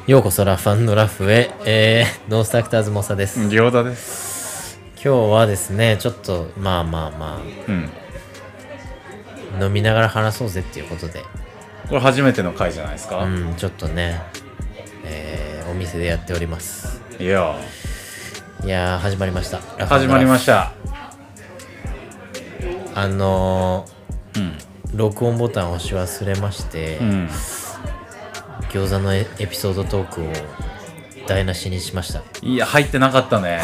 ようこそラフ&ラフへ、ノースタクターズモサです。 餃子です。 今日はですね、ちょっと飲みながら話そうぜっていうことで、 これ初めての回じゃないですか。 ちょっとね、お店でやっております。 いや始まりました。 始まりました。 録音ボタンを押し忘れまして、餃子のエピソードトークを台無しにしました。 いや、入ってなかったね。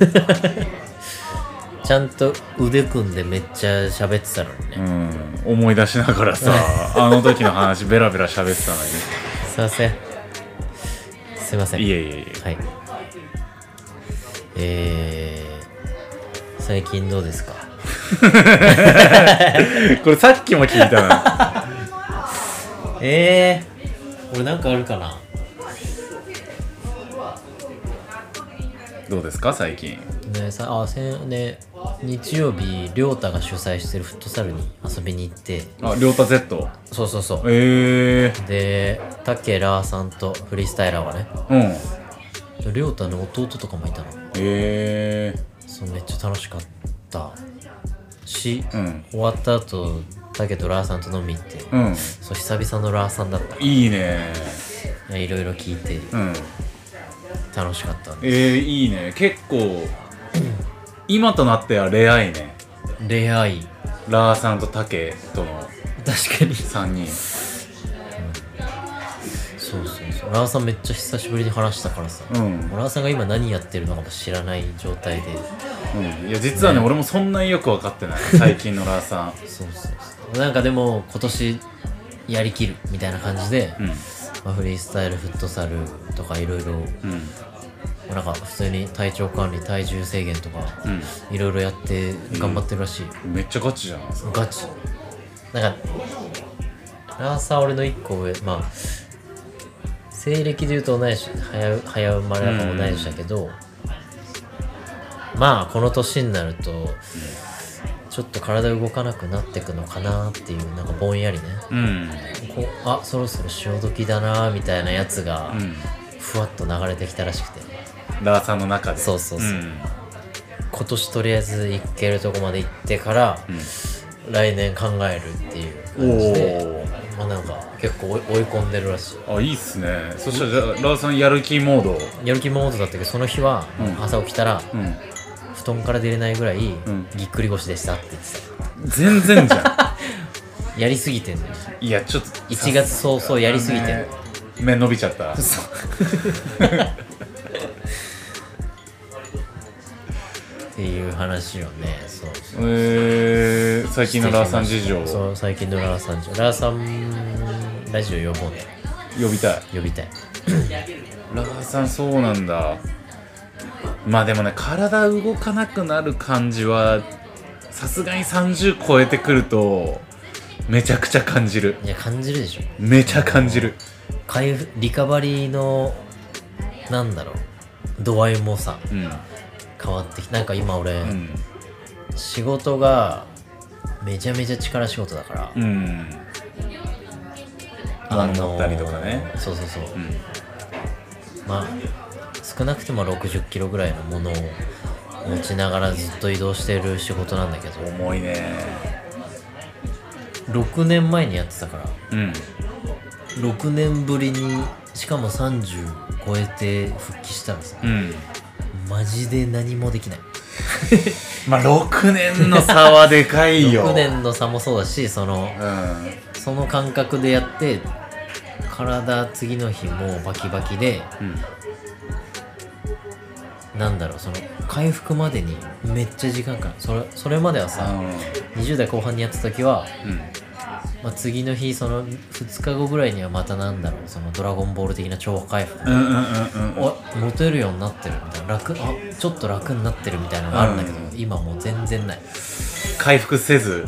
ちゃんと腕組んでめっちゃ喋ってたのにね。 思い出しながらさ、あの時の話ベラベラ喋ってたのに。 すいません。すいません。 いえ。 はい。最近どうですか？ これさっきも聞いたな。 俺なんかあるかな。 どうですか最近？ 日曜日亮太が主催してるフットサルに遊びに行って。 亮太 Z。 そうでタケラーさんとフリースタイラーはね、亮太の弟とかもいたの。そうめっちゃ楽しかったし、終わった後タケとラーさんと飲み行って、そう久々のラーさんだった。 いいね。 いろいろ聞いて、楽しかったんです。 いいね。結構今となってはレアいね。 レアい。 ラーさんとタケとの確かに 3人。 そうラーさんめっちゃ久しぶりに話したからさ、ラーさんが今何やってるのかも知らない状態で、 いや実はね俺もそんなによく分かってない最近のラーさん。 そうなんかでも今年やりきるみたいな感じで、フリースタイルフットサルとかいろいろなんか普通に体調管理体重制限とかいろいろやって頑張ってるらしい。 めっちゃガチじゃん。 ガチ。なんかラーさん俺の1個上、西暦で言うと同い年、早生まれだから同い年だけど、この年になるとちょっと体動かなくなってくのかなっていう、なんかぼんやりね、そろそろ潮時だなみたいなやつがふわっと流れてきたらしくて、 ラーさんの中で。 そう、今年とりあえず行けるとこまで行ってから、来年考えるっていう感じで、なんか結構追い込んでるらしい。 いいっすね。そしたらじゃあラーさんやる気モードだったけど、その日は朝起きたら、布団から出れないぐらいぎっくり腰でしたって言ってた。 全然じゃん。やりすぎてんの。 いやちょっと 1月早々やりすぎてんの。 目伸びちゃった。 そうっていう話をね。 最近のラーさん事情。 そう、最近のラーさん事情。ラーさんラジオ呼ぼうね。 呼びたい。ラーさんそうなんだ。でもね、体動かなくなる感じはさすがに30超えてくるとめちゃくちゃ感じる。 いや感じるでしょ。 めちゃ感じる。 リカバリーの度合いもさ、変わってきて、なんか今俺、仕事がめちゃめちゃ力仕事だから、 乗ったりとかね。 そう、少なくても60キロぐらいのものを持ちながらずっと移動してる仕事なんだけど、 重いね。 6年前にやってたから、6年ぶりにしかも30超えて復帰したらさ、マジで何もできない。 6年の差はでかいよ。 6年の差もそうだし、その感覚でやって体次の日もバキバキで、その回復までにめっちゃ時間かかる。それまではさ、20代後半にやってた時は、次の日その2日後ぐらいにはまたそのドラゴンボール的な超回復、持てるようになってるみたいな、ちょっと楽になってるみたいなのがあるんだけど、今もう全然ない。 回復せず。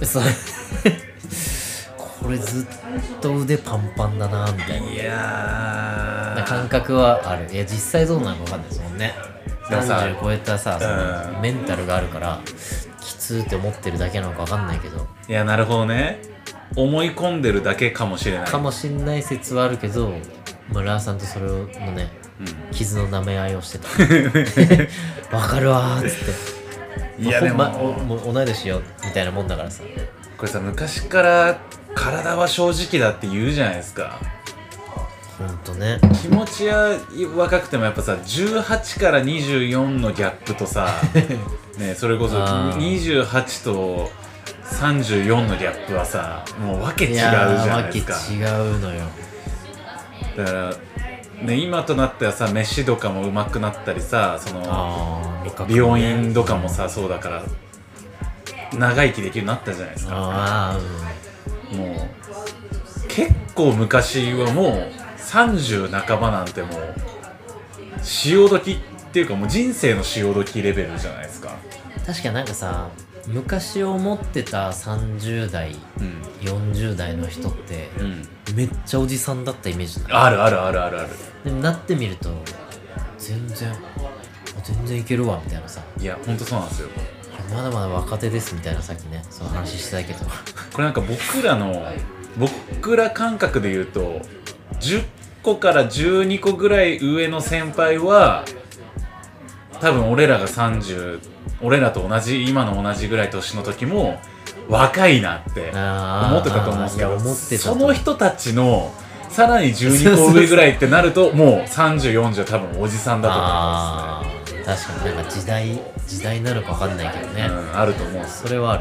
これずっと腕パンパンだなみたいな。 いやー感覚はある。いや実際どうなのか分かんないですもんね。30超えたさ、そのメンタルがあるからきつーって思ってるだけなのか分かんないけど。 いやなるほどね。思い込んでるだけかもしれない。 かもしんない説はあるけど、 まあ、ラーさんとそれのねうん傷の舐め合いをしてたわかるわーっつっていやでも、 もう同い年よみたいなもんだからさ。 これさ昔から体は正直だって言うじゃないですか。 ほんとね。 気持ちは若くてもやっぱさ18から24のギャップとさねそれこそ28と34のギャップはさもうわけ違うじゃないですか。 わけ違うのよ。 だからね今となってはさ飯とかもうまくなったりさその美容院とかもさそうだから長生きできるようになったじゃないですか。 あ、うん、 もう結構昔はもう30半ばなんてもう潮時っていうかもう人生の潮時レベルじゃないですか。 確かなんかさ昔思ってた30代、 うん、 40代の人って、 うん、 めっちゃおじさんだったイメージない？ あるあるあるあるある。 でもなってみると全然いけるわみたいなさ。 いやほんとそうなんですよ。 まだまだ若手ですみたいなさっきねその話してたけどこれなんか僕ら感覚で言うと10個から12個ぐらい上の先輩は多分俺らと同じ今の同じぐらい年の時も若いなって思ってたと思うんですけど、その人たちのさらに12個上ぐらいってなるともう3040は多分おじさんだと思いますね。 確かになんか時代なのか分かんないけどね、 うん、あると思うんですよ。 それはある。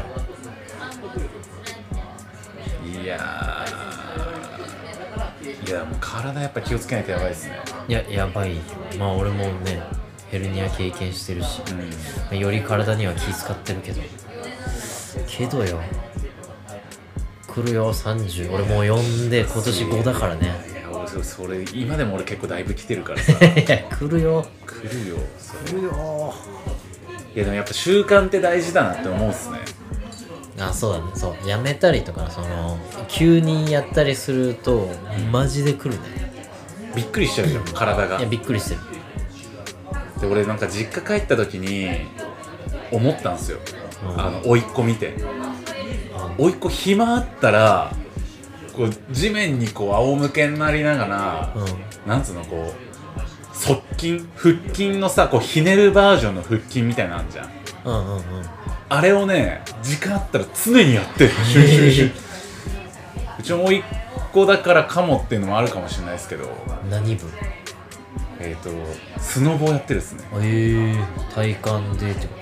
いやもう体やっぱ気をつけないとやばいですね。 いややばいよ。まあ俺もねヘルニア経験してるし、うん、より体には気使ってるけどよ来るよ30。俺もう4で今年5だからね。 いや俺それ今でも俺結構だいぶ来てるからさいや来るよいやでもやっぱ習慣って大事だなって思うっすね。 あ、そうだね。そうやめたりとかその急にやったりするとマジで来るね。 びっくりしちゃうよ体が。 いやびっくりしてる。 で俺なんか実家帰った時に思ったんですよ、甥っ子見て、甥っ子暇あったらこう地面にこう仰向けになりながら、なんつうのこう腹筋のさこうひねるバージョンの腹筋みたいなのあんじゃん。あれをね時間あったら常にやってる。うちの甥っ子だからかもっていうのもあるかもしれないですけど。 何部？ スノボやってるっすね。 体幹でってこと？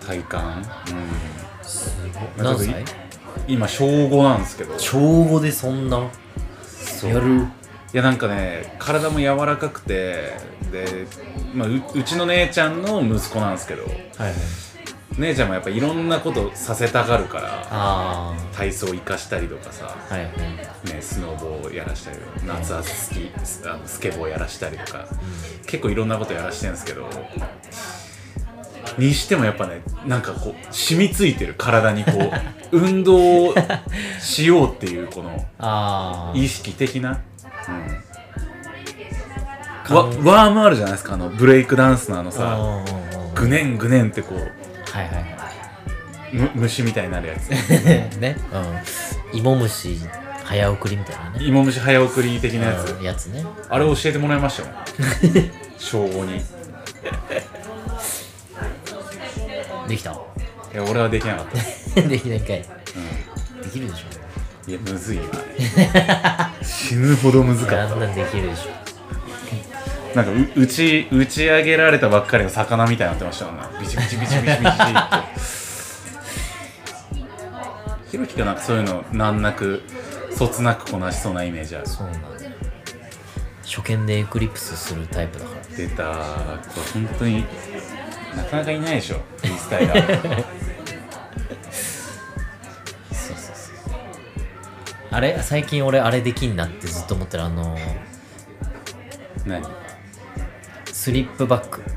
体幹？ すごい。何歳？ 今小5なんですけど。 小5でそんなやる？ いやなんかね体も柔らかくてで、まあ、うちの姉ちゃんの息子なんですけど、姉ちゃんもやっぱいろんなことさせたがるから体操生かしたりとかさ、ね、スノボをやらしたり夏はスケボーやらしたりとか、結構いろんなことやらしてるんですけどにしてもやっぱねなんかこう染みついてる体にこう運動しようっていうこの意識的な、ワームあるじゃないですかブレイクダンスのさグネングネンってこう虫みたいになるやつね、芋虫早送りみたいなね。 芋虫早送り的なやつね。 あれ教えてもらいましたもん小5にできた？いや俺はできなかったできないかい、できるでしょ。 いやむずいよ死ぬほど難かった。 あんなんできるでしょ。 なんか打ち上げられたばっかりの魚みたいになってましたもんね。ビチビチビチビチビチってひろきがなんかそういうの難なくそつなくこなしそうなイメージある。 そうなんだよ。初見でエクリプスするタイプだから。 出たこれ本当になかなかいないでしょフリースタイラーそうあれ最近俺あれできんなってずっと思ってる何？ スリップバック。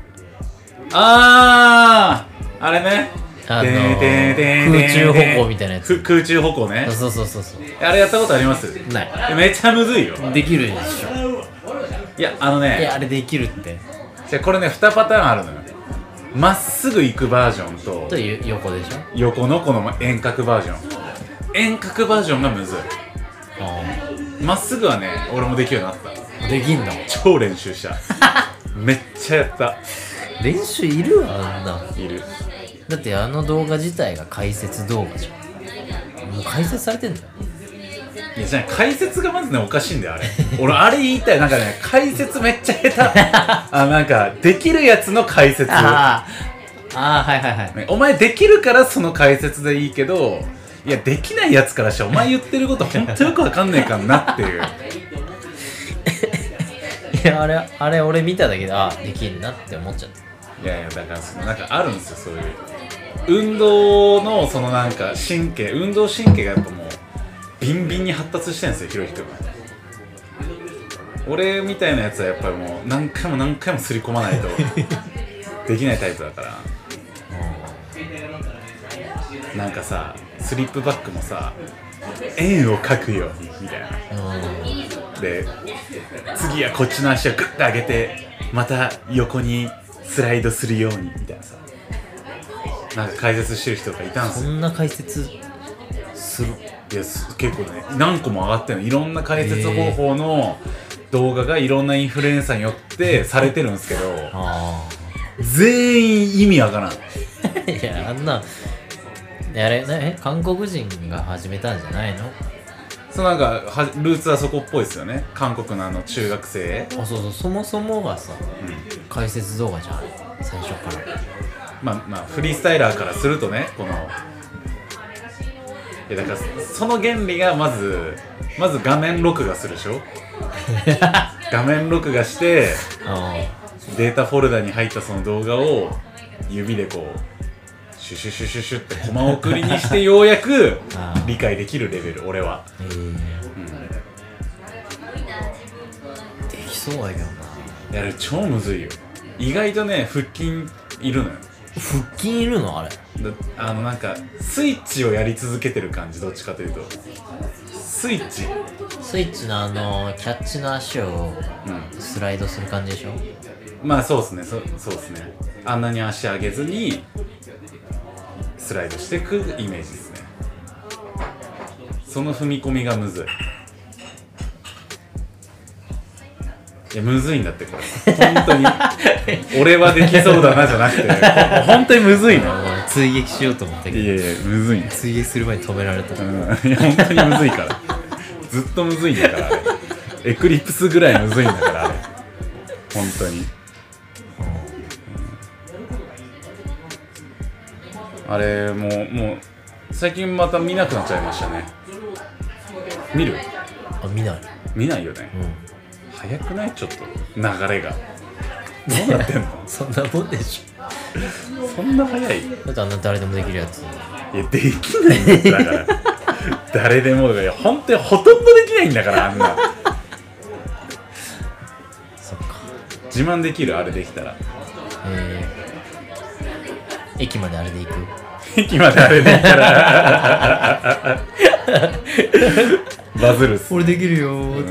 あれね空中歩行みたいなやつ。 空中歩行ね。 そうあれやったことあります？ ない。 めっちゃむずいよ。 できるでしょ。 いやあれできるって。 じゃこれね2パターンあるのよ。まっすぐ行くバージョンと横でしょ。 横のこの遠隔バージョン。遠隔バージョンがむずい。まっすぐはね俺もできるようになった。 できんの？ 超練習しためっちゃやった。 練習いるわ、あんな。 いる。 だってあの動画自体が解説動画じゃん。もう解説されてんだよ。 いやじゃあ解説がまずねおかしいんだよあれ俺あれ言いたい。なんかね解説めっちゃ下手なんかできるやつの解説。 ああはいはいはい、 ね、お前できるからその解説でいいけど、いやできないやつからしたらお前言ってることほんとよくわかんねえかんなっていういやあれ俺見ただけでできんなって思っちゃった。 いやいやだからそのなんかあるんですよそういう運動のそのなんか運動神経がやっぱもうビンビンに発達してるんですよひろゆき君。俺みたいなやつはやっぱりもう何回も何回もすり込まないとできないタイプだからなんかさスリップバックもさ円を描くようにみたいなで次はこっちの足をグッと上げてまた横にスライドするようにみたいなさなんか解説してる人がいたんですよ。 そんな解説する？ いや結構ね何個も上がってるの。いろんな解説方法の動画がいろんなインフルエンサーによってされてるんですけど全員意味わからんいやあんなあれ韓国人が始めたんじゃないの？ そうなんかルーツはそこっぽいですよね。韓国の中学生そうそもそもがさ、解説動画じゃん最初から。 まあフリースタイラーからするとねこのだからその原理がまず画面録画するでしょ画面録画してデータフォルダに入ったその動画を指でこうシュシュシュシュシュってコマ送りにしてようやく理解できるレベル俺は、 できそうだけどな。 いや超むずいよ。意外とね腹筋いるのよ。 腹筋いるの？あれなんかスイッチをやり続けてる感じ。どっちかというとスイッチのキャッチの足をスライドする感じでしょ？ まあそうですね。そうですね。あんなに足上げずにスライドしていくイメージですね。その踏み込みがむずい。いやむずいんだってこれ本当に俺はできそうだなじゃなくて本当にむずいの。 追撃しようと思ったけどいやむずいの。 追撃する前に止められた。 いや本当にむずいからずっとむずいんだからあれエクリプスぐらいむずいんだからあれ本当に、あれもう最近また見なくなっちゃいましたね。見る？見ないよね、早くない？ちょっと流れがどうなってんのそんなもんでしょそんな早い？ だってあんな誰でもできるやつ。 いやできないんだから誰でもが本当にほとんどできないんだからあんなそっか自慢できる？あれできたら駅まであれで行く？ 駅まであれで行ったらバズるっす。 俺できるよーって、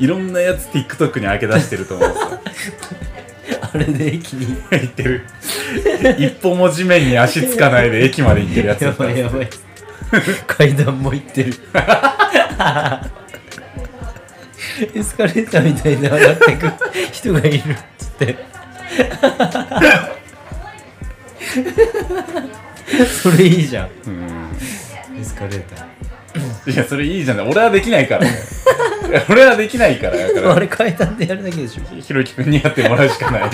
いろんなやつ TikTok に開け出してると思うんですよあれで駅に行ってる一歩も地面に足つかないで駅まで行ってるやつやばい階段も行ってるエスカレーターみたいに上がってく人がいるっつってそれいいじゃん。エスカレーターいやそれいいじゃん。俺はできないからね俺はできないからだからあれ階段でやるだけでしょ。 ひろゆきくんにやってもらうしかない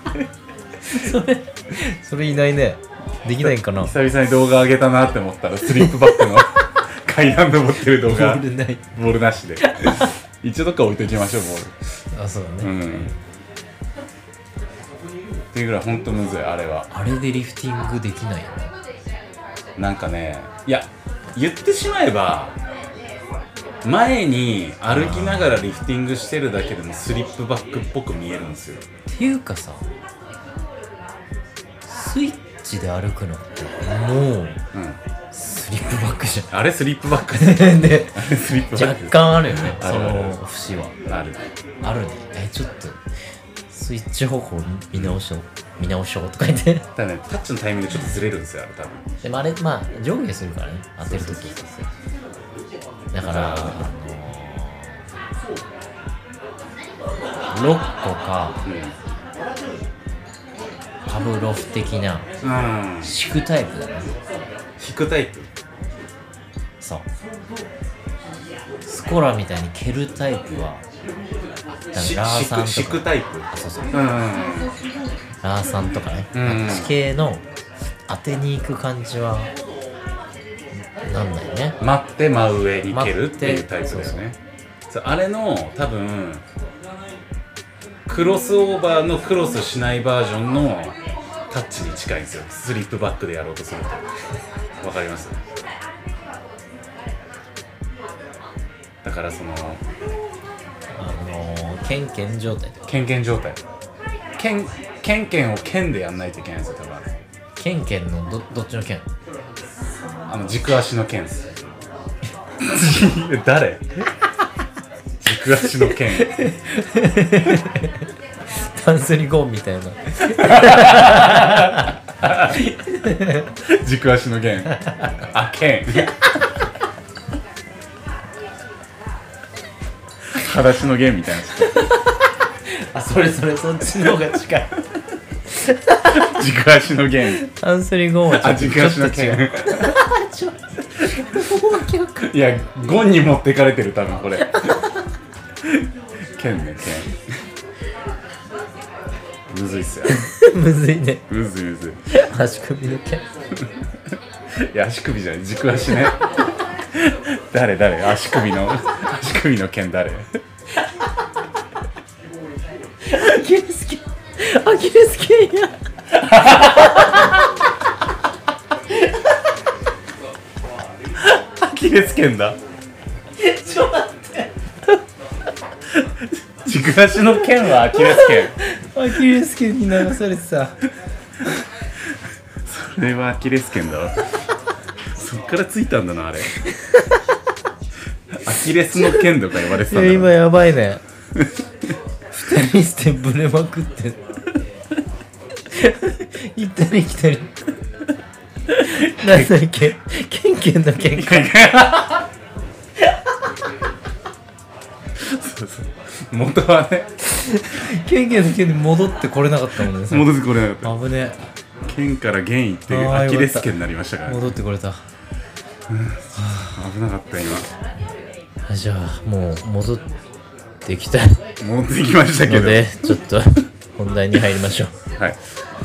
それいないね。できないんかな。 久々に動画上げたなって思ったらスリップバックの階段登ってる動画ボールなしで一応どっか置いときましょうボール。 そうだね、 っていうぐらいほんとむずいあれは。 あれでリフティングできないよね。 なんかねいや言ってしまえば前に歩きながらリフティングしてるだけでもスリップバックっぽく見えるんですよ。 っていうかさスイッチで歩くのってもう、スリップバックじゃん。 あれスリップバックであれスリップバック若干あるよねあるあるその節はあるね。ちょっとスイッチ方向見直しようとか言ってただねタッチのタイミングちょっとずれるんですよあれ多分。 でもあれ上下するからね当てるときだからロッコかパブロフ的な敷くタイプだね。 引くタイプ。 そうスコラみたいに蹴るタイプはラーさんとか敷くタイプ。 そうそうラーさんとかね、あっち系の当てに行く感じはなんないね。 待って真上に蹴るっていうタイプだよね。そうあれの多分クロスオーバーのクロスしないバージョンのタッチに近いんですよ。スリップバックでやろうとすると。わかります？だからそのケンケン状態ケンケン状態。ケンケンを剣でやんないといけないんですよ多分あれ。 ケンケンのどっちの剣？ 軸足の剣っす。誰？軸足の剣。 ダンスにゴンみたいな。 軸足の剣。あ、剣。裸足の剣みたいな。 あ、そっちの方が近い。 軸足の剣。 ダンスにゴンはちょっと軸足の剣。いや、ゴンに持ってかれてる多分これ。剣ね、剣。むずいっすよ。 むずいね。 むずい。 足首の剣。 いや、足首じゃない、軸足ね。誰足首の剣誰？ アキレス腱や。 アキレス腱だ。 ちょっと待って。 軸足の腱はアキレス腱。 アキレス腱に流されてた。 それはアキレス腱だわ。そっからついたんだなあれ。アキレスの腱とか呼ばれてたんだな。 今やばいね。二人してブレまくって行ったり来たり。なんだっけ、ケンケンのケンか。 そう元はね、 ケンケンのケンに戻ってこれなかったもんね。 戻ってこれなかった。 危ね。 腱から弦いってアキレス腱になりましたから、ね、 戻ってこれた。 危なかった今。 じゃあもう戻ってきた戻ってきましたけどので、ちょっと本題に入りましょう。 はい。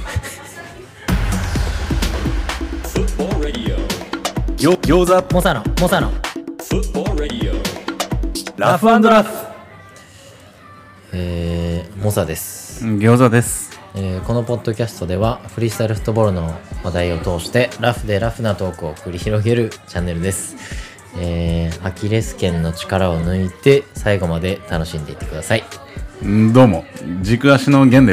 餃子モサノラフ&ラフ。 モサです。 餃子です。 このポッドキャストではフリースタイルフットボールの話題を通してラフでラフなトークを繰り広げるチャンネルです。アキレス腱の力を抜いて最後まで楽しんでいってください。 どうも軸足の弦です。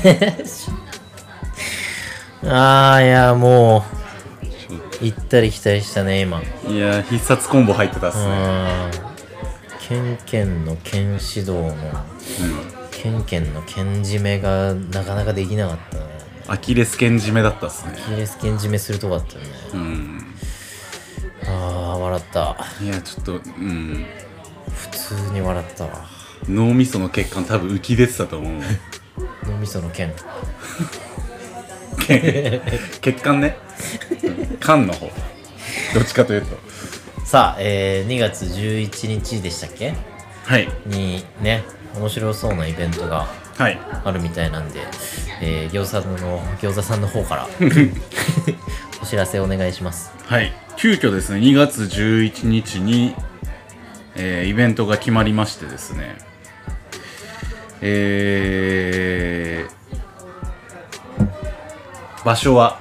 いやもう行ったり来たりしたね今。 いや必殺コンボ入ってたっすね。 ケンケンの剣指導の、ケンケンの剣締めがなかなかできなかったね。 アキレス腱締めだったっすね。 アキレス腱締めするとこだったよね。笑った。 いやちょっと普通に笑ったわ。 脳みその血管多分浮き出てたと思う。 脳みその剣。 血管ね。管の方。どっちかというと。 さあ、2月11日でしたっけ？ はい。 にね、面白そうなイベントがあるみたいなんで、餃子さんの方からお知らせお願いします。 はい。急遽ですね、2月11日に、イベントが決まりましてですね、場所はい、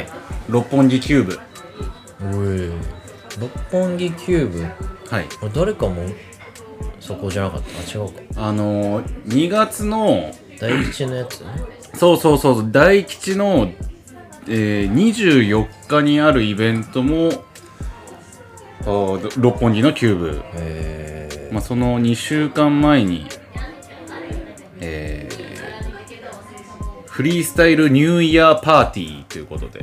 六本木キューブ。 六本木キューブ。 はい。 誰かもそこじゃなかった？違うか。 2月の大吉のやつ？ そう大吉の、24日にあるイベントも六本木のキューブ、その2週間前に、フリースタイルニューイヤーパーティーということで、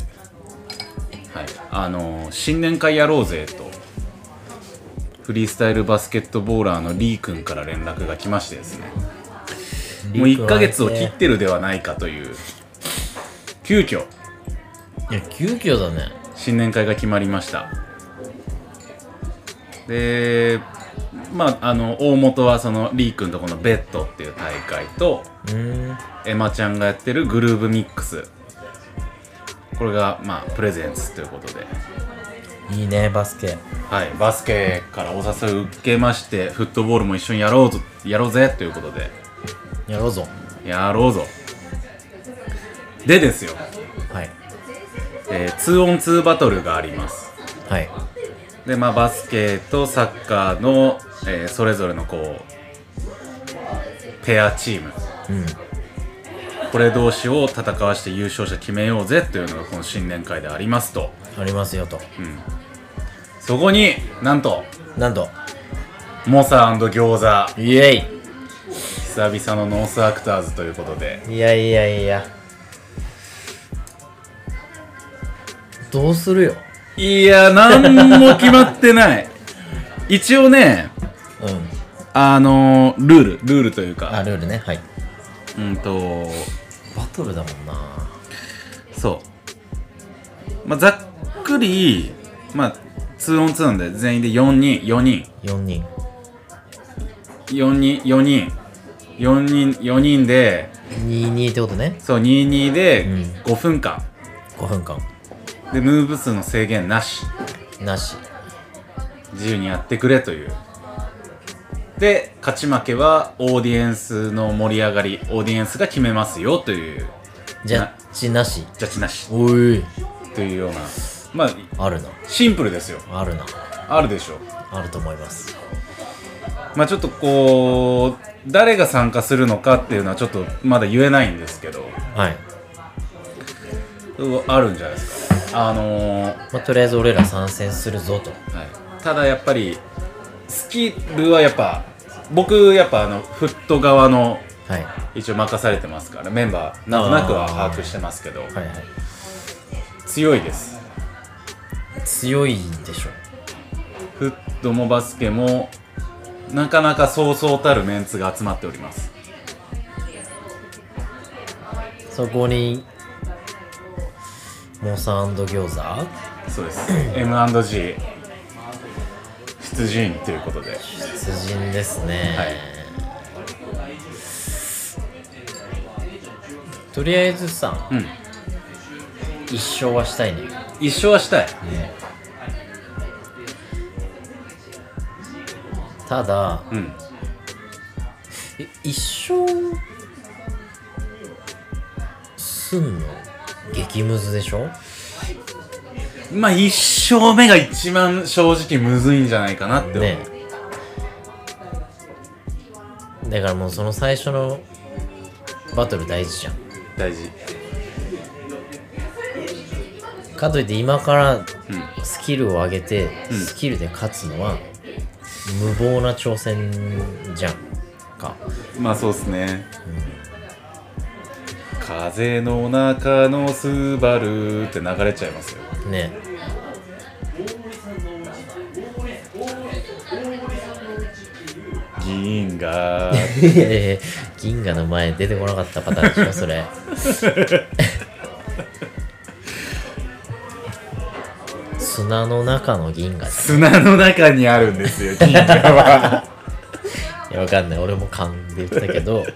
はい、新年会やろうぜとフリースタイルバスケットボーラーのリー君から連絡が来ましてですね、 もう1ヶ月を切ってるではないかという急遽いや急遽だね。 新年会が決まりました。でまあ大元はそのリー君とこのベッドっていう大会とエマちゃんがやってるグルーブミックス、これがまあプレゼンツということで、 いいねバスケ。 はい、バスケからお誘いを受けまして、フットボールも一緒にやろうぜということでやろうぞ。 でですよ、 はい、 2on2 バトルがあります。 はい。 でまあバスケとサッカーの、それぞれのこうペアチーム、これ同士を戦わして優勝者決めようぜというのがこの新年会でありますと。 ありますよと。 そこになんとモサ&餃子、 イエイ、 久々のノースアクターズということで、 いやどうするよ。 いやなんも決まってない一応ね、ルールというか、 ルールね。はい。バトルだもんな。 そう、まあ、ざっくりまあ 2on2 なんで全員で4人で 22ってことね。 そう22で5分間、でムーブ数の制限なし自由にやってくれという。で勝ち負けはオーディエンスの盛り上がり、オーディエンスが決めますよという。 ジャッジなしおいというような、まああるな。 シンプルですよ。 あるでしょ。あると思います。 まあちょっとこう誰が参加するのかっていうのはちょっとまだ言えないんですけど、 はい、 あるんじゃないですか。 まあ、とりあえず俺ら参戦するぞと。 はい、ただやっぱりスキルはやっぱ僕フット側の一応任されてますから、メンバーなんとなくは把握してますけど、強いです。 強いでしょ。 フットもバスケもなかなかそうそうたるメンツが集まっております。 そこにモサ&餃子、 そうです。M&G 出陣ということで。 出陣ですね。はい、とりあえずさ、一勝はしたいね。 一勝はしたい、 ただ、一勝すんの激ムズでしょ。 まあ一勝目が一番正直むずいんじゃないかなって思う、ね、 だからもうその最初のバトル大事じゃん。 大事かといって今からスキルを上げて、スキルで勝つのは無謀な挑戦じゃんか。 まあそうっすね、風の中のスバルって流れちゃいますよね。 銀河銀河の前出てこなかったパターンでしょそれ砂の中の銀河、 砂の中にあるんですよ銀河はいやわかんない、俺も勘で言ったけど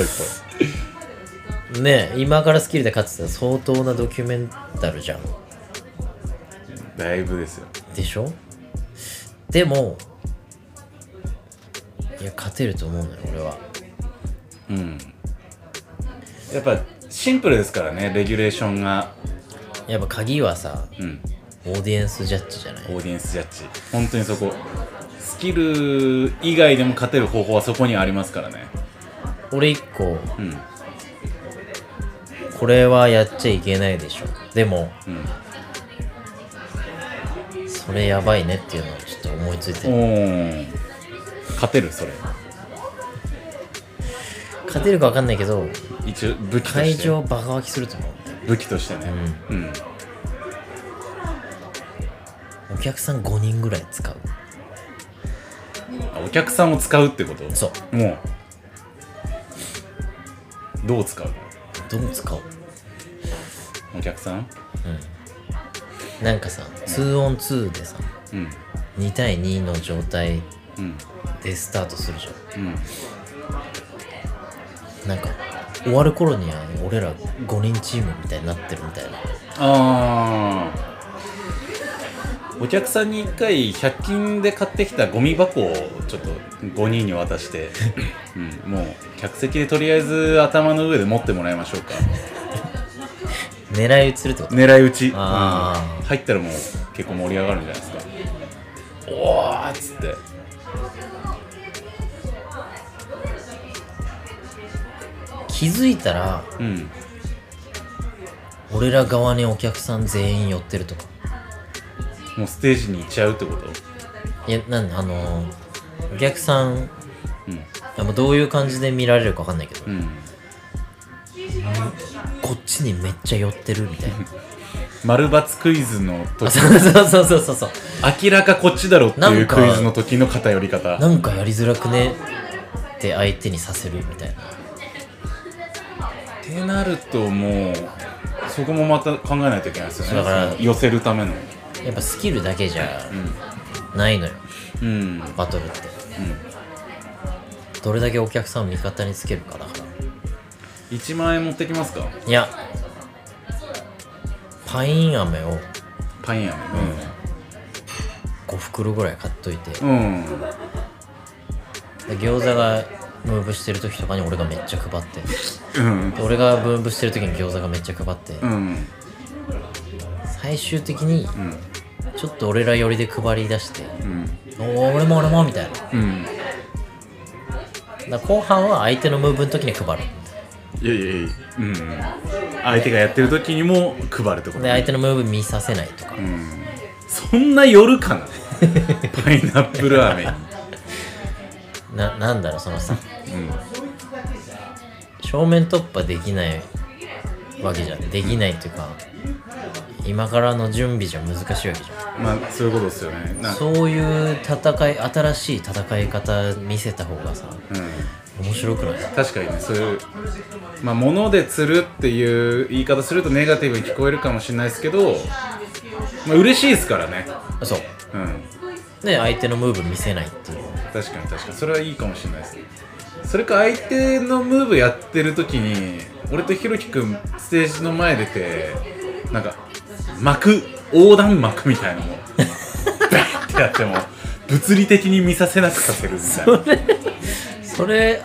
ねえ、今からスキルで勝つって相当なドキュメンタルじゃん。 だいぶですよ。 でしょ。でもいや勝てると思うのよ俺は。 やっぱシンプルですからね、レギュレーションが。 やっぱ鍵はさ、オーディエンスジャッジじゃない。 オーディエンスジャッジ、本当にそこ。スキル以外でも勝てる方法はそこにありますからね。 俺一個、これはやっちゃいけないでしょ。でも、それやばいねっていうのをちょっと思いついてる。 勝てる？それ勝てるか分かんないけど、 一応武器として会場バカ湧きすると思う。 武器としてね。 お客さん5人ぐらい使う。 お客さんを使うってこと？ そう。 もどう使う？ どう使おう。 お客さん？ なんかさ 2on2 でさ、2対2の状態でスタートするじゃん、なんか終わる頃には俺ら5人チームみたいになってるみたいな。 お客さんに1回100均で買ってきたゴミ箱をちょっと5人に渡して、もう客席でとりあえず頭の上で持ってもらいましょうか。 狙い撃ちするってこと？ 狙い撃ち。 入ったらもう結構盛り上がるんじゃないですか。おーっつって。 気づいたら、俺ら側にお客さん全員寄ってるとか。 もうステージに行っちゃうってこと？ いや、お客さん、もうどういう感じで見られるか分かんないけど、こっちにめっちゃ寄ってるみたいな。 丸×クイズの時。 そう。 明らかこっちだろっていうクイズの時の偏り方。 なんかやりづらくねって相手にさせるみたいな。 ってなるともうそこもまた考えないといけないですよね。 だから寄せるためのやっぱスキルだけじゃないのよ、バトルって、どれだけお客さんを味方につけるかだから。 1万円持ってきますか？ いや、パイン飴を5袋ぐらい買っといて、で餃子がムーブしてる時とかに俺がめっちゃ配って、で俺がムーブしてる時に餃子がめっちゃ配って、最終的にちょっと俺ら寄りで配り出して、俺もみたいな、だ後半は相手のムーブの時に配る。 相手がやってる時にも配るってこと、 で相手のムーブ見させないとか、 そんな寄るかなパイナップル飴になんだろうそのさ、正面突破できないわけじゃん。できないっていうか、今からの準備じゃ難しいわけじゃん。 まあそういうことですよね。 そういう新しい戦い方見せた方がさ、面白くない？ 確かにね、そういう物で釣るっていう言い方するとネガティブに聞こえるかもしれないですけど、嬉しいですからね。 そう。で相手のムーブ見せないっていう。 確かにそれはいいかもしれないですね。それか相手のムーブやってる時に俺とひろきくんステージの前出てなんか横断幕みたいなのもバーってやっても物理的に見させなくさせるみたいな。 それ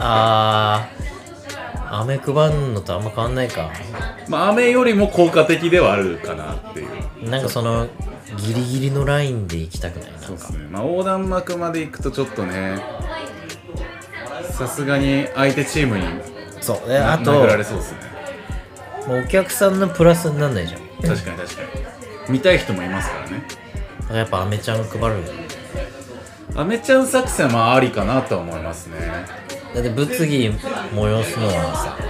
飴配るのとあんま変わんないか。 飴よりも効果的ではあるかなっていう。 なんかそのギリギリのラインで行きたくない？なんかそうですね。横断幕まで行くとちょっとね、さすがに相手チームにそうで、あと殴られそうですね。 もうお客さんのプラスになんないじゃん。 確かに見たい人もいますからね。 だからやっぱアメちゃん配る。 アメちゃん作戦はありかなとは思いますね。 だって物議催すのはさ、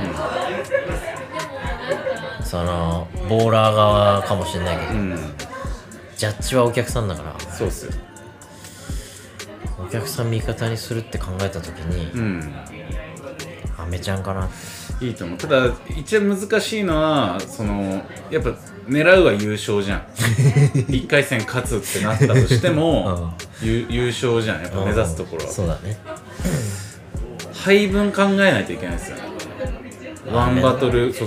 そのボーラー側かもしれないけど、ジャッジはお客さんだから。 そうっすよ。 お客さん味方にするって考えた時に、アメちゃんかなって。 いいと思う。ただ一番難しいのはやっぱ狙うは優勝じゃん。1回戦勝つってなったとしても、優勝じゃん。やっぱ目指すところは。 そうだね。 配分考えないといけないですよね。ワンバトル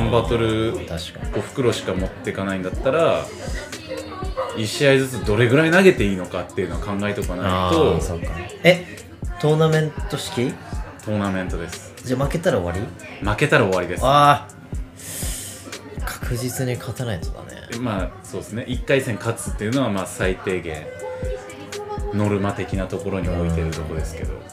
5袋しか持っていかないんだったら1試合ずつどれぐらい投げていいのかっていうのは考えとかないと。 そうか。トーナメント式？ トーナメントです。 じゃあ負けたら終わり？ 負けたら終わりです。 確実に勝たないとだね。 そうですね。1回戦勝つっていうのは最低限ノルマ的なところに置いてるところですけど、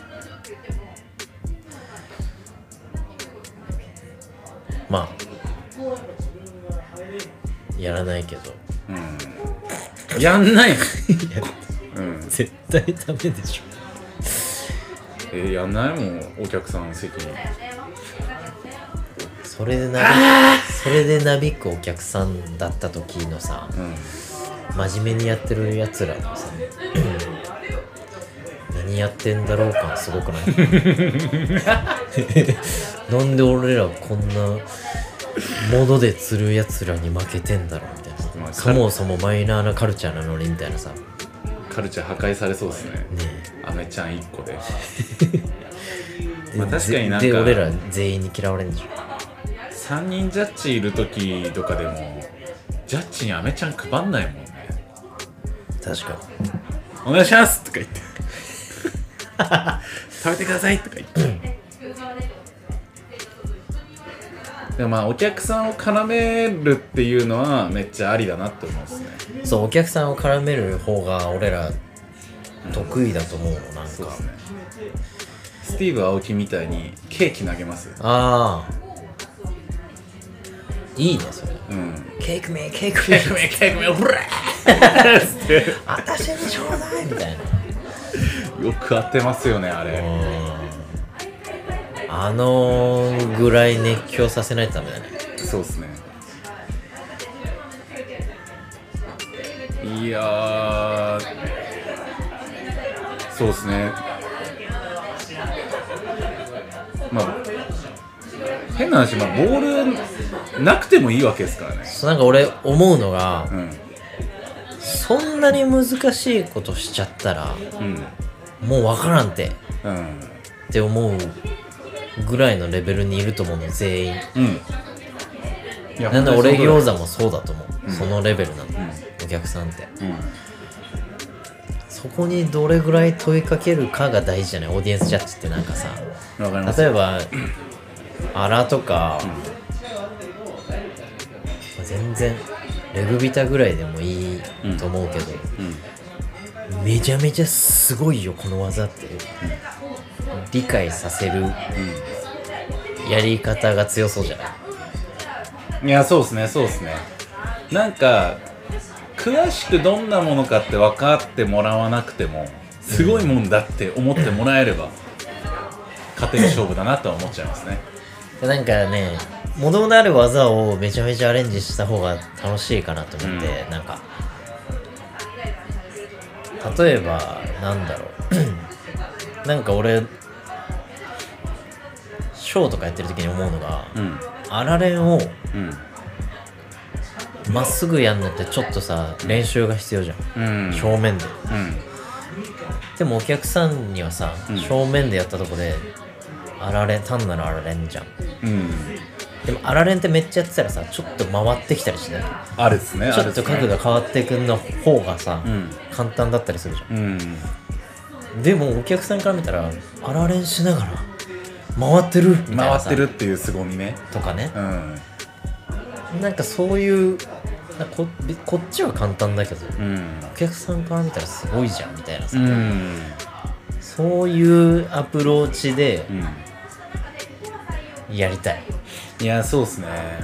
やらないけど、 やんない絶対ダメでしょ。 やんないもん。お客さん席にそれでなびくお客さんだった時のさ、真面目にやってるやつらのさ、何何やってんだろう感すごくないなんで俺らこんなモノで釣るやつらに負けてんだろうみたいな、 まあそもそもマイナーなカルチャーなのにみたいなさ。 カルチャー破壊されそうですね。 ねアメちゃん1個でえまあ確かになんかで俺ら全員に嫌われんでしょ。 3人ジャッジいる時とかでもジャッジにアメちゃん配んないもんね。 確かお願いしますとか言って食べてくださいとか言ってでもまあお客さんを絡めるっていうのはめっちゃありだなって思うんですね。 にそう、お客さんを絡める方が俺ら得意だと思うの。なんかそうですね。スティーブ・アオキみたいにケーキ投げます。 ああいいねそれ。 うん。 ケークメケークメケークめほら私にちょうだいみたいな。 よく当てますよねあれ。 あのぐらい熱狂させないとダメだね。 そうですね。いやーそうですね。まあ変な話、まあ、ボールなくてもいいわけですからね。 そうなんか俺思うのが、 うんそんなに難しいことしちゃったらうんもう分からんてうんって思うぐらいのレベルにいると思うの全員。 うん。いやなんで俺餃子。 子もそうだと思う、そのレベルなの、お客さんって。 うんそこにどれぐらい問いかけるかが大事じゃない。オーディエンスジャッジってなんかさ、 わかります。 例えばアラとか、全然レグビタぐらいでもいいと思うけど、めちゃめちゃすごいよこの技って理解させるやり方が強そうじゃない。 いやそうですねそうですね。なんか詳しくどんなものかって分かってもらわなくてもすごいもんだって思ってもらえれば勝てる勝負だなとは思っちゃいますね。 なんかね、元々ある技をめちゃめちゃアレンジした方が楽しいかなと思って、なんか例えばなんだろうなんか俺ショーとかやってる時に思うのが、あられんをまっすぐやんのってちょっとさ練習が必要じゃん、正面で。でもお客さんにはさ、正面でやったとこであられん、単なるあられんじゃん。でもあられんってめっちゃやってたらさ、ちょっと回ってきたりしない？ あるですね。 ちょっと角度変わってくんの方がさ、簡単だったりするじゃん。でもお客さんから見たらあられんしながら回ってるみたいなさ、 回ってるっていう凄みね。 とかね、なんかそういうこっちは簡単だけど、お客さんから見たらすごいじゃんみたいなさ、そういうアプローチでやりたい。 いやそうですね。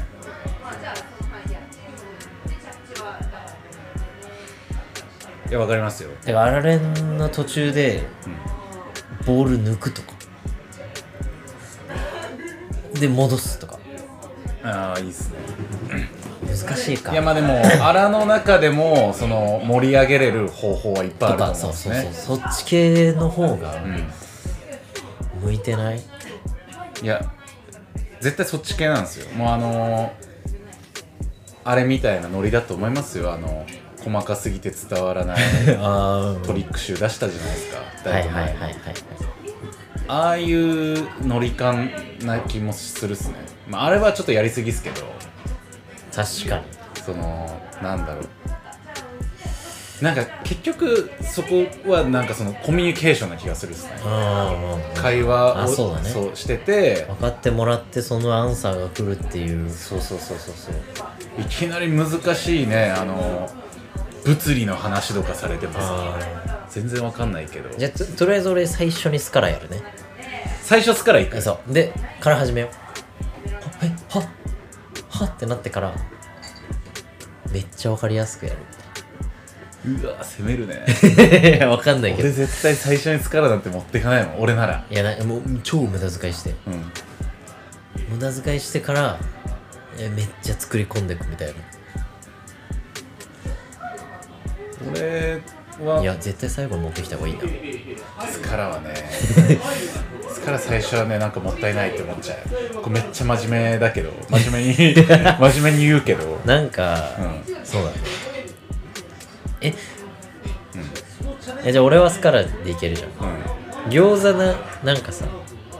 いやわかりますよ。 だからあられんの途中でボール抜くとかで戻すとか。 ああいいっすね。 難しいか。 いやまあでも荒の中でもその盛り上げれる方法はいっぱいあると思うんですね。 そっち系の方が向いてない？ いや絶対そっち系なんですよ。もうあれみたいなノリだと思いますよ。細かすぎて伝わらないトリック集出したじゃないですか。 はいはいはいはい。 ああいうノリ感な気もするっすね。まああれはちょっとやりすぎっすけど。 確かに。 なんだろう。なんか結局そこはなんかそのコミュニケーションな気がするっすね。会話をそうしてて分かってもらってそのアンサーが来るっていう。 そういきなり難しいね物理の話とかされてもさ全然わかんないけど。 じゃあ とりあえず俺最初にスからやるね。 最初スからいく。 そうでから始めよう。はってなってからめっちゃわかりやすくやる。 うわ攻めるね。 わかんないけど俺絶対最初にスカラなんて持っていかないもん俺なら。 いやもう超無駄遣いして、無駄遣いしてからめっちゃ作り込んでいくみたいな。 俺はいや絶対最後に持ってきた方がいいな。 スカラはねスカラ最初はねなんかもったいないって思っちゃう。これめっちゃ真面目だけど真面目に言うけどなんか、そうだね。じゃあ俺はスカラでいけるじゃん。餃子なんかさ、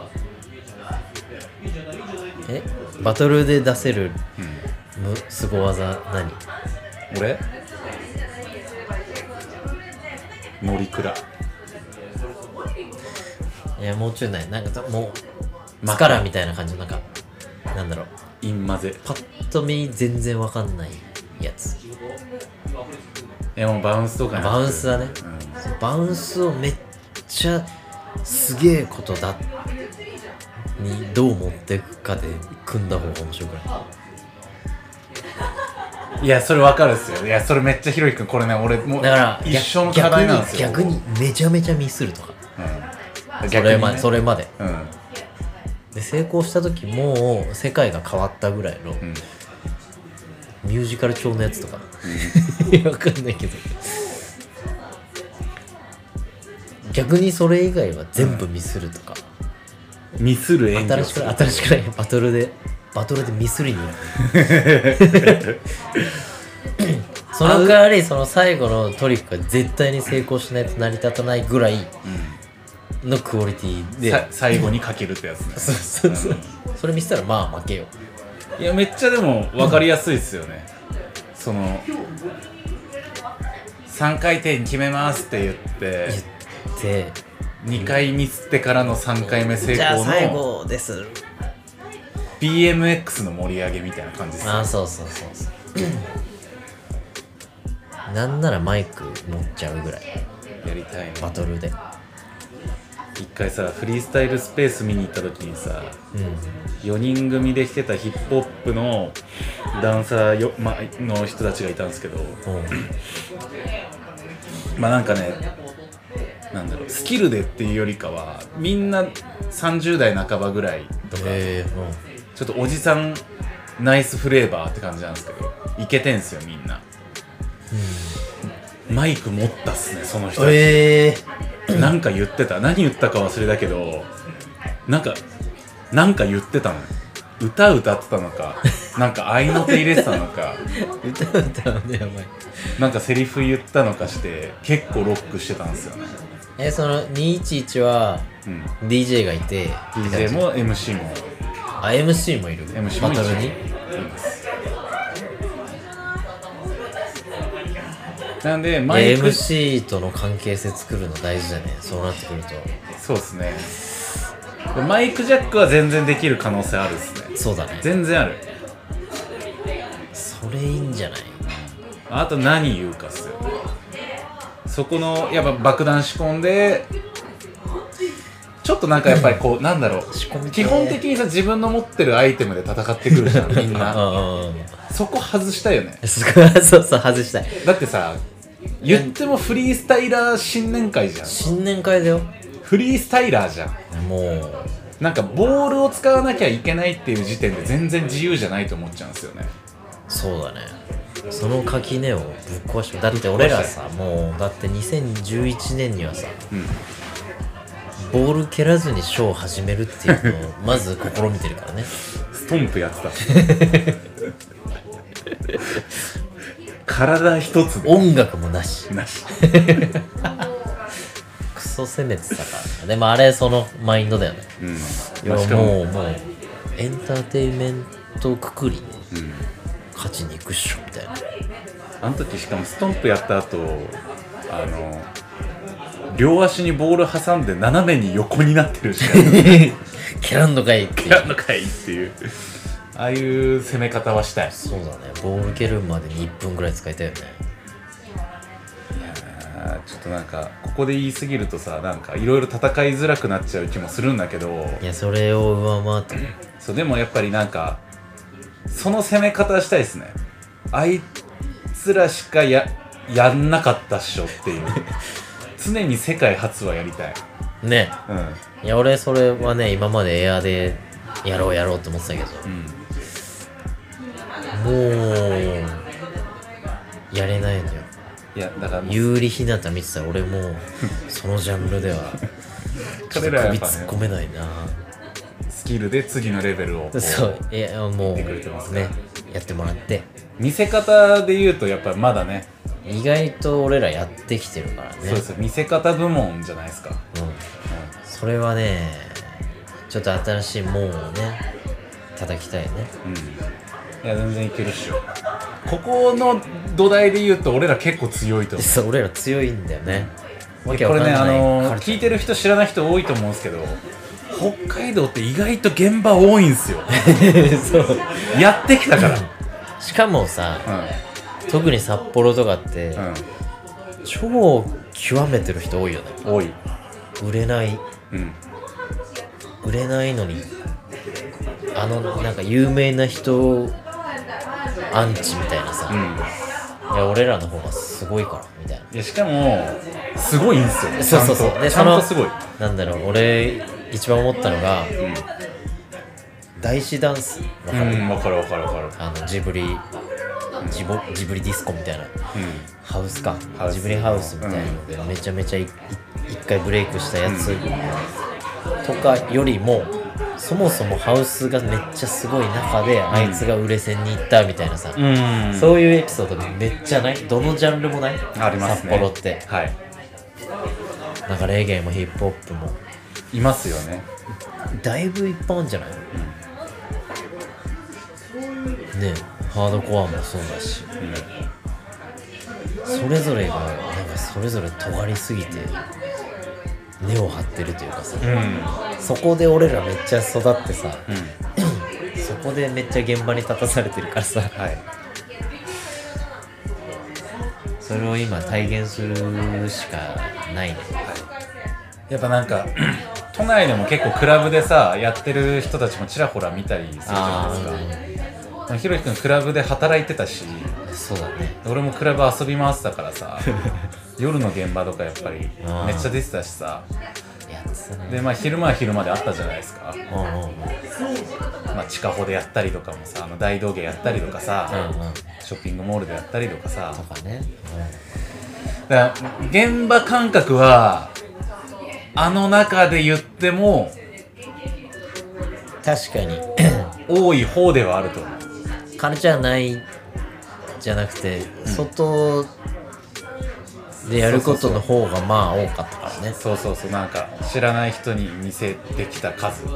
バトルで出せるすご技何？ 俺森倉。 いやもうちょいない。なんかもうスカラみたいな感じ。なんかなんだろう、 イン混ぜ。 パッと見全然わかんないやつ。 もうバウンスとかバウンスだね、バウンスをめっちゃすげえことだにどう持っていくかで組んだ方が面白くない？ いやそれ分かるっすよ。いやそれめっちゃひろゆきくんこれね俺もうだから一生の課題なんですよ。 逆にめちゃめちゃミスるとか、 逆にね、 それまで、で成功した時もう世界が変わったぐらいの、ミュージカル調のやつとか、わかんないけど逆にそれ以外は全部ミスるとか、 ミスる演技を新しくないバトルでミスりに行くその代わりその最後のトリックが絶対に成功しないと成り立たないぐらいのクオリティで、 最後にかけるってやつね。 それ見せたらまあ負けよ。 いやめっちゃでも分かりやすいっすよね。その3回転決めますって言って2回ミスってからの3回目成功じゃあ最の後です BMX の盛り上げみたいな感じですね。 そうなんならマイク持っちゃうぐらいやりたいね。 バトルで一回さフリースタイルスペース見に行った時にさ、4人組で来てたヒップホップのダンサーの人たちがいたんですけど、まあなんかね、なんだろう、スキルでっていうよりかはみんな30代半ばぐらいとか、ちょっとおじさんナイスフレーバーって感じなんですけどイケてんすよみんな、マイク持ったっすねその人たち、なんか言ってた、何言ったか忘れたけどなんか言ってたの。歌ってたのかなんか合いの手入れてたのか歌はねやばい。 なんかセリフ言ったのかして結構ロックしてたんですよね。 その211は DJ がいて、 DJ も MC も MC もいる。 MC もバトルにいます。なんでマイク MC との関係性作るの大事だね、そうなってくると。 そうですね。マイクジャックは全然できる可能性あるっすね。 そうだね、 全然ある。 それいいんじゃない？ あと何言うかっすよね。そこのやっぱ爆弾仕込んでちょっとなんかやっぱりこうなんだろう、基本的にさ自分の持ってるアイテムで戦ってくるじゃんみんなそこ外したいよね。 そう外したい。 だってさ言ってもフリースタイラー新年会じゃん。 新年会だよ。 フリースタイラーじゃん。 もうなんかボールを使わなきゃいけないっていう時点で全然自由じゃないと思っちゃうんですよね。 そうだね、その垣根をぶっ壊して。だって俺らさもうだって2011年にはさ、ボール蹴らずにショーを始めるっていうのをまず試みてるからね。 ストンプやってた体一つで音楽もなしクソ攻めてたから。でもあれそのマインドだよね。いやもうエンターテインメントくくりで勝ちに行くっしょみたいな。 あの時しかもストンプやった後両足にボール挟んで斜めに横になってるし蹴らんのかいっていう。 蹴らんのかいっていうああいう攻め方はしたい。 そうだね、ボール蹴るまでに1分ぐらい使いたいよね。 いやちょっとなんかここで言い過ぎるとさなんかいろいろ戦いづらくなっちゃう気もするんだけど、 いやそれを上回ってね。 そうでもやっぱりなんかその攻め方したいですね。あいつらしかやんなかったっしょっていう常に世界初はやりたいね。いや俺それはね今までエアでやろうって思ってたけど、もうやれないのよ。 いやだからもう有利ひなた見てたら俺もうそのジャンルではちょっと首突っ込めないな。 スキルで次のレベルをこうそういやもうやってくれてますからねやってもらって、 見せ方で言うとやっぱりまだね、 意外と俺らやってきてるからね。 そうですよ、見せ方部門じゃないですか。 それはねちょっと新しい門をね叩きたいね。 いや全然いけるっしょ。ここの土台で言うと俺ら結構強いと思う。 そう俺ら強いんだよね。わけこれわかんないね聞いてる人知らない人多いと思うんですけど、北海道って意外と現場多いんですよ。 そうやってきたから。 しかもさ、特に札幌とかって、超極めてる人多いよね。 多い。 売れない、売れないのになんか有名な人アンチみたいなさ、いや俺らの方がすごいからみたいな。 いやしかもすごいんですよ。 そうでちゃんとすごい。 なんだろう、俺一番思ったのが、大師ダンスわかる？ わかる。 ジブリディスコみたいな、ハウスか、ジブリハウスみたいなので、めちゃめちゃ一回ブレイクしたやつとかよりも、そもそもハウスがめっちゃすごい中で、あいつが売れ線に行ったみたいなさ、そういうエピソードめっちゃない？どのジャンルもない？ ありますね、 札幌って。 はい。 なんかレゲエもヒップホップもいますよね。 だいぶいっぱいあるんじゃないの？ね、ハードコアもそうだし、それぞれがなんかそれぞれ尖りすぎて根を張ってるというかさ、そこで俺らめっちゃ育ってさ、そこでめっちゃ現場に立たされてるからさ、それを今体現するしかないね。 やっぱなんか都内でも結構クラブでさやってる人たちもちらほら見たりするじゃないですか。ひろひくんクラブで働いてたし、 そうだね。 俺もクラブ遊び回ってたからさ夜の現場とかやっぱりめっちゃ出てたしさ、で昼間は昼間であったじゃないですか。地下歩でやったりとかもさ、大道芸やったりとかさ、ショッピングモールでやったりとかさ、だから現場感覚は中で言っても確かに多い方ではあると思う。 カルチャーないじゃなくて、外でやることの方がまあ多かったからね。 そうなんか知らない人に見せてきた数、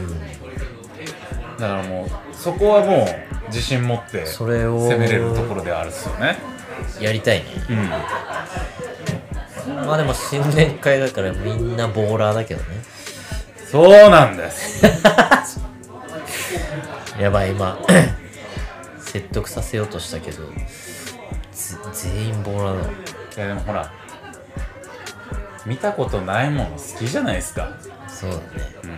だからもうそこはもう自信持ってそれを攻めれるところであるっすよね。 やりたいね。まあでも新年会だからみんなボーラーだけどね。 そうなんですやばい、今説得させようとしたけど全員ボーラーだ。 いやでもほら見たことないもの好きじゃないですか。 そうだね、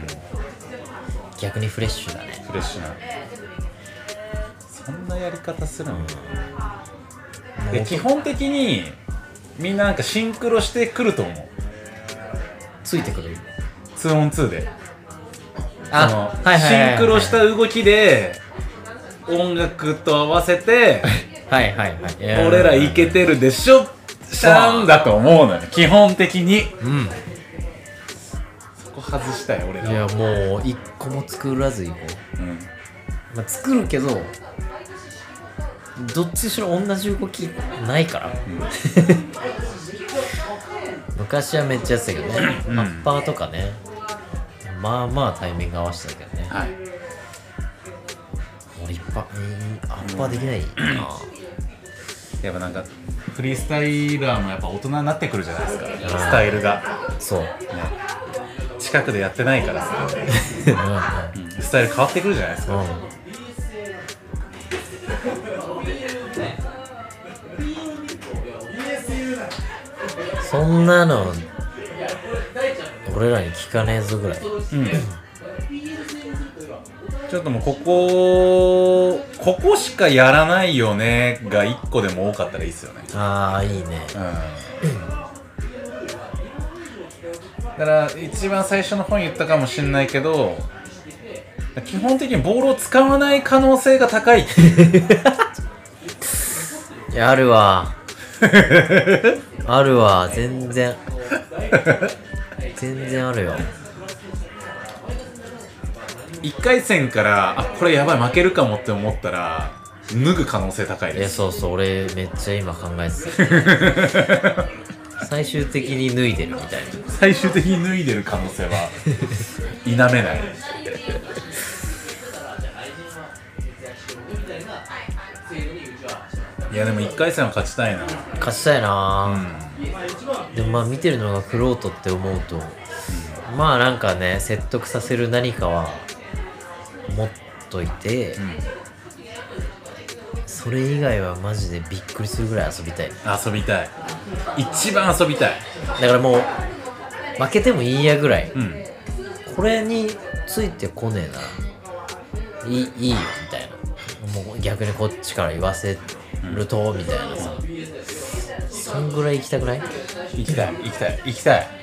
逆にフレッシュだね。 フレッシュなそんなやり方するの、で基本的にみんななんかシンクロしてくると思う。 ついてくる 2on2 でシンクロした動きで音楽と合わせて俺らイケてるでしょシャンだと思うのよ基本的に。そこ外したい俺ら。 いやもう一個も作らずいこう。作るけどどっちしろ同じ動きないから、昔はめっちゃやってたけどね、アッパーとかね、まあまあタイミング合わせたけどね。俺アッパーできないな。 やっぱなんかフリースタイラーもやっぱ大人になってくるじゃないですか、スタイルが。 そうね、近くでやってないからさスタイル変わってくるじゃないですか。 そんなの俺らに聞かねえぞぐらい。 ちょっともうここしかやらないよねが1個でも多かったらいいっすよね。 ああいいね。 だから一番最初の本言ったかもしれないけど、基本的にボールを使わない可能性が高い。 いやあるわ。 あるわ、全然全然あるよ。 1回戦からこれやばい負けるかもって思ったら脱ぐ可能性高いです。 そうそう、俺めっちゃ今考えてた最終的に脱いでるみたいな。 最終的に脱いでる可能性は否めない。いやでも1回戦は勝ちたいな。 勝ちたいな、でもまあ見てるのがクロートって思うと、まあなんかね説得させる何かは持っといて、それ以外はマジでびっくりするぐらい遊びたい。 遊びたい、一番遊びたい。 だからもう負けてもいいやぐらい、これについてこねえならいいよみたいな、もう逆にこっちから言わせるとみたいなさ、そんぐらい行きたくない？ 行きたい行きたい行きたい。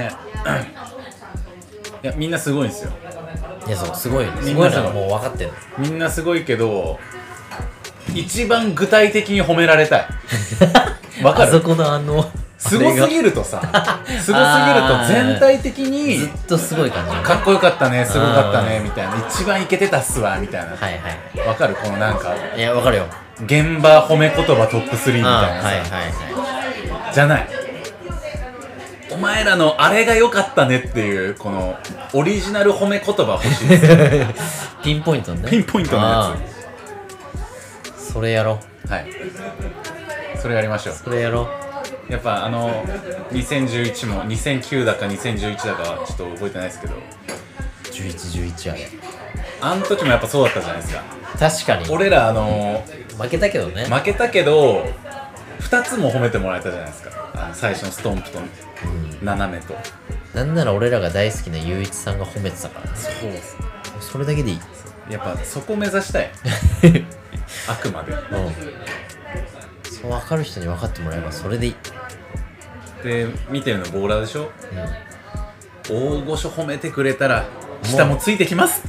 いやみんなすごいんですよ。 いやそうすごいすごいのがもう分かってる。 みんなすごいけど一番具体的に褒められたい。わかる？ あそこのすごすぎるとさ、すごすぎると全体的にずっとすごい感じ、 かっこよかったね、すごかったねみたいな、一番イケてたっすわみたいな。 はいはい。 わかる？このなんかいやわかるよ。 現場褒め言葉トップ3みたいなさ、 はいはいはい。 じゃない。お前らのあれが良かったねっていうこのオリジナル褒め言葉欲しいです。 ピンポイントね。 ピンポイントのやつ。それやろう。はい。それやりましょう。 それやろう。 やっぱ2011も2009だか2011だかはちょっと覚えてないですけど、 11あれ。 あの時もやっぱそうだったじゃないですか。 確かに。 俺ら負けたけどね。 負けたけど2つも褒めてもらえたじゃないですか。最初のストンプと斜めと、 なんなら俺らが大好きなゆういちさんが褒めてたから、それだけでいい。 やっぱそこ目指したい。あくまでそう分かる人に分かってもらえばそれでいい。 で見てるのボーラーでしょ、大御所褒めてくれたら下もついてきますって。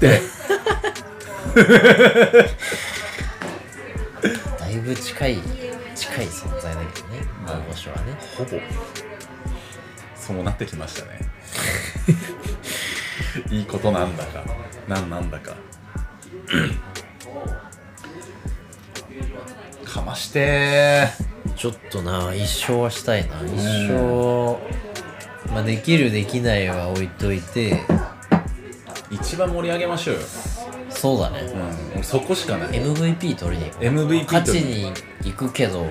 だいぶ近い存在だけどね、大御所はね。 ほぼそうなってきましたね。いいことなんだかなんだか。かましてー。ちょっとな、一生はしたいな。一生、まあできるできないは置いといて、 一番盛り上げましょうよ。 そうだね、 そこしかない。 MVP 取りに行こう。 MVP 勝ちに行くけど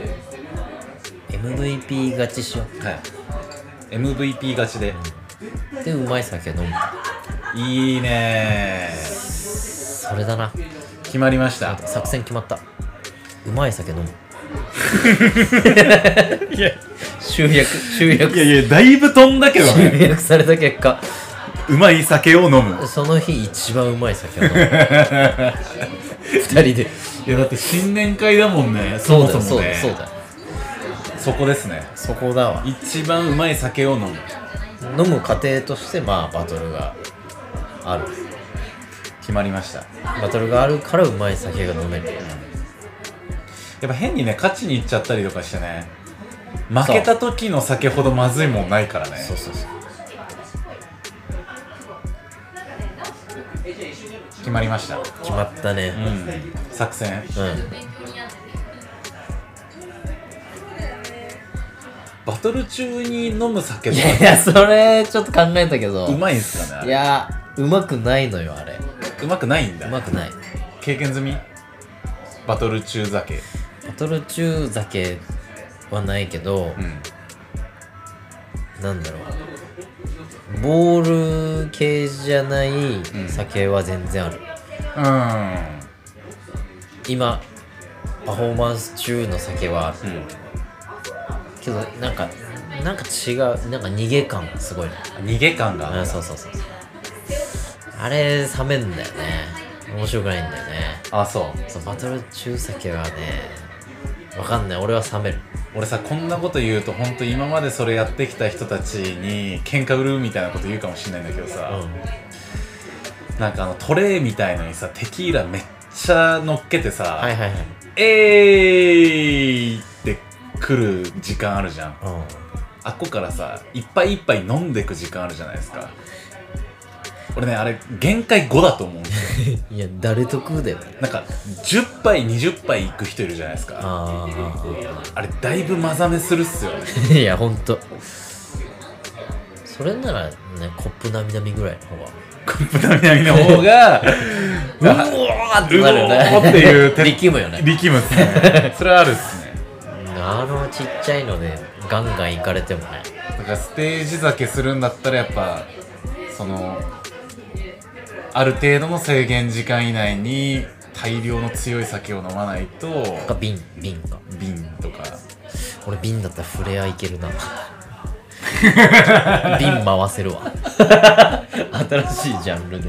MVP 勝ちしよう。はい、 MVP 勝ちで、 でうまい酒飲む。 いいねー。それだな。 決まりました。 作戦決まった。うまい酒飲む。 いや集約いやだいぶ飛んだけどね。 集約された結果、 うまい酒を飲む。 その日一番うまい酒を飲む。二人で。 いやだって新年会だもんね。そもそもね。 そうだ。 そこですね。 そこだわ。 一番うまい酒を飲む。 飲む過程としてまあバトルがある。 決まりました。 バトルがあるからうまい酒が飲める。 やっぱ変にね勝ちに行っちゃったりとかしてね、負けた時の酒ほどまずいもんないからね。 そう決まりました。 決まったね。 作戦。バトル中に飲む酒とかいやそれちょっと考えたけど、 うまいんすかね。 いやうまくないのよあれ。 うまくないんだ。 うまくない。 経験済み？バトル中酒。 バトル中酒はないけど、なんだろう、ボール系じゃない酒は全然ある。今パフォーマンス中の酒はある、けどなんか違う、なんか逃げ感すごいね。 逃げ感がある。 そうあれ冷めんだよね。面白くないんだよね。そうバトル中酒はね、わかんない。俺は冷める。 俺さ、こんなこと言うと本当今までそれやってきた人たちに喧嘩売るみたいなこと言うかもしれないんだけどさ、なんかトレーみたいのにさテキーラめっちゃ乗っけてさ、って来る時間あるじゃん。あっこからさいっぱいいっぱい飲んでく時間あるじゃないですか。俺ねあれ限界5だと思うんですよ。 いや誰と食うだよ。 なんか10杯20杯いく人いるじゃないですか。あれだいぶ混ざめするっすよね。 いやほんとそれならねコップなみなみぐらいの方がコップなみなみの方がうわーってなるよね。 うおーっていう力むよね。 力むっすね。それはあるっすね。 あのちっちゃいのでガンガン行かれてもね。 だからステージ酒するんだったらやっぱそのある程度の制限時間以内に大量の強い酒を飲まないと。 か瓶とか。 俺瓶だったらフレアいけるな。瓶回せるわ。新しいジャンルで。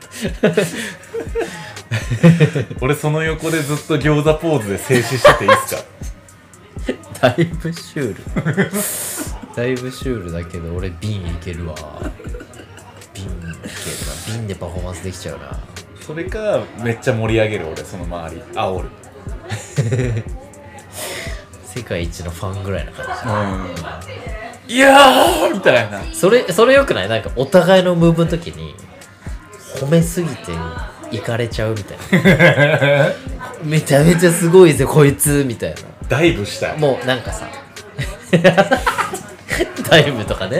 俺その横でずっと餃子ポーズで静止してていいっすか？ だいぶシュール。だいぶシュールだけど俺瓶いけるわ。瓶いけるな。瓶でパフォーマンスできちゃうな。 それかめっちゃ盛り上げる俺その周り煽る。 世界一のファンぐらいな感じ。いやーみたいな。 それよくない？なんかお互いのムーブの時に褒めすぎていかれちゃうみたいな。めちゃめちゃすごいぜこいつみたいな。 ダイブしたい。 もうなんかさダイブとかね、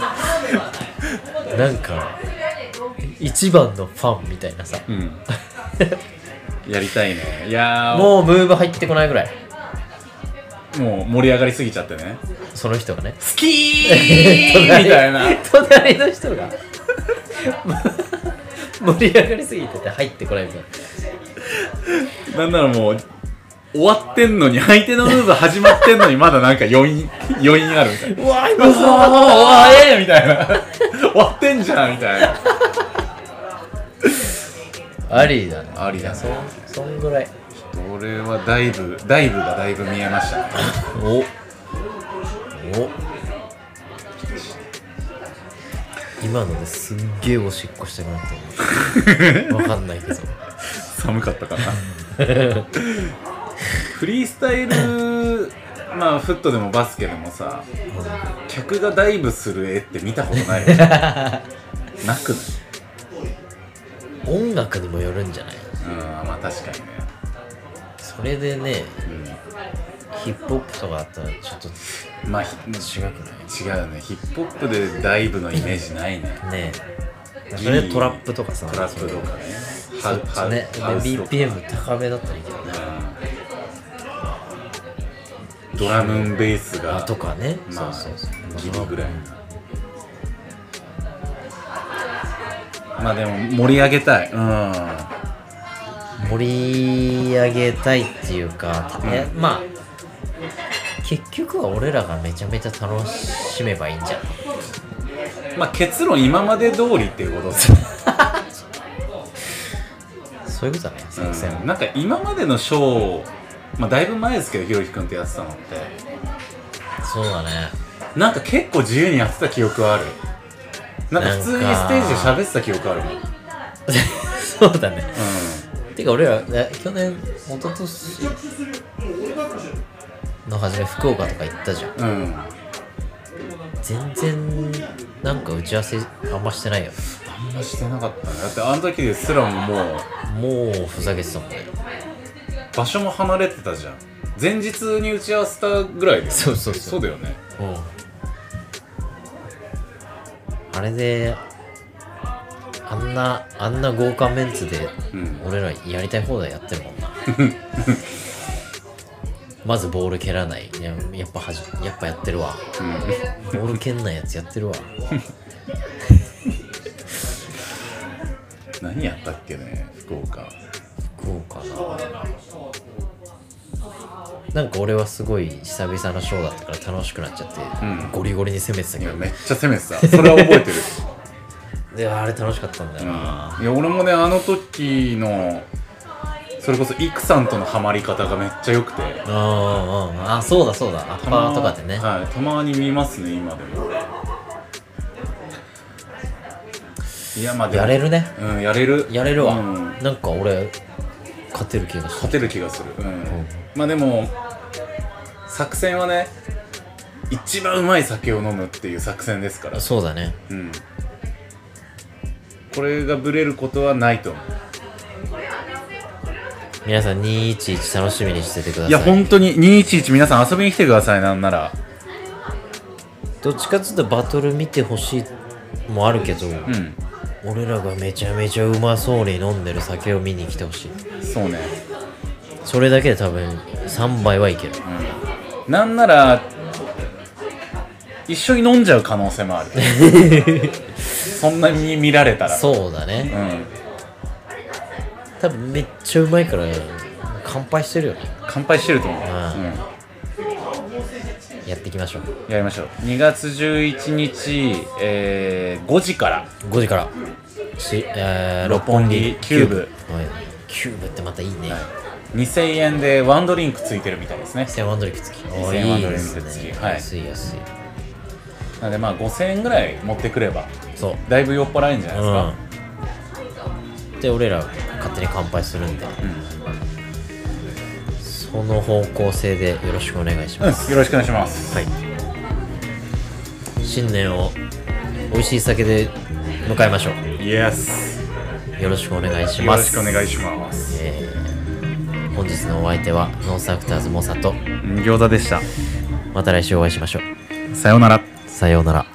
なんか一番のファンみたいなさ、 やりたいね。いやもうムーブ入ってこないぐらい。 もう盛り上がりすぎちゃってね。 その人がね好きーみたいな。 隣の人が盛り上がりすぎてて入ってこないみたいな。 なんならもう終わってんのに相手のムーブ始まってんのにまだなんか余韻あるみたいな。 うわ今そうわーみたいな。終わってんじゃんみたいな。 ありだね。 ありだね。 そんぐらい。 俺はダイブがだいぶ見えましたね。 お今のですっげえおしっこしたくなった。わかんないけど寒かったかな。フリースタイルまあフットでもバスケでもさ、客がダイブする絵って見たことないよ。なくない？ 音楽にもよるんじゃない？ まあ確かにね。 それでね、ヒップホップとかあったらちょっとまあ違くない？ 違うね。ヒップホップでダイブのイメージないね。 ねえ。それトラップとかさ。 トラップとかね。 そっちね。BPM 高めだったらいいけどね。 ドラムンベースがとかね。 まあそうギリぐらい。まあでも盛り上げたい。 盛り上げたいっていうか、まあ結局は俺らがめちゃめちゃ楽しめばいいんじゃん。 まあ結論今まで通りっていうことですよ。 そういうことだね。作戦。 なんか今までのショー、まあだいぶ前ですけどひろゆきくんってやってたのってそうだね。 なんか結構自由にやってた記憶はある。なんか普通にステージで喋ってた記憶あるもん。 そうだね。てか俺ら去年一昨年の初め福岡とか行ったじゃん。全然なんか打ち合わせあんましてないよね。 あんましてなかったね。だってあの時ですらもうふざけてたもんね。 場所も離れてたじゃん。前日に打ち合わせたぐらいで、そうだよね。 あれであんな豪華メンツで俺らやりたい放題やってるもんな。まずボール蹴らない。やっぱやってるわ。ボール蹴んないやつやってるわ。 何やったっけね、福岡なんか俺はすごい久々のショーだったから楽しくなっちゃって、ゴリゴリに攻めてたけど。 めっちゃ攻めてた。それは覚えてる。 であれ楽しかったんだよな。 いや俺もねあの時のそれこそイクさんとのハマり方がめっちゃ良くて。 そうだアッパーとかでね。 はい、たまに見ますね今でも。いやまあでもやれるね。 やれるわ。なんか俺勝てる気がする。 まあでも作戦はね一番うまい酒を飲むっていう作戦ですから。 そうだね。 うん、これがブレることはないと思う。 皆さん211楽しみにしててください。 いや本当に211皆さん遊びに来てください。なんならどっちかっていうとバトル見てほしいもあるけど、俺らがめちゃめちゃうまそうに飲んでる酒を見に来てほしい。 そうね。 それだけで多分3倍はいける。 なんなら一緒に飲んじゃう可能性もある。そんなに見られたら。 そうだね。多分めっちゃうまいから乾杯してるよね。 乾杯してると思う。 やっていきましょう。 やりましょう。2月11日、5時から 5時から六本木キューブ。 キューブってまたいいね。 2000円でワンドリンクついてるみたいですね。 2000ワンドリンク付き。 2000ワンドリンク付き。 安い安い。 なのでまあ5000円ぐらい持ってくればそうだいぶ酔っ払えるんじゃないですか。 で俺ら勝手に乾杯するんで、その方向性でよろしくお願いします。 よろしくお願いします。 はい。新年を美味しい酒で迎えましょう。 イエス。 よろしくお願いします。 よろしくお願いします。 本日のお相手はノースアクターズモサと餃子でした。 また来週お会いしましょう。 さようなら。 さようなら。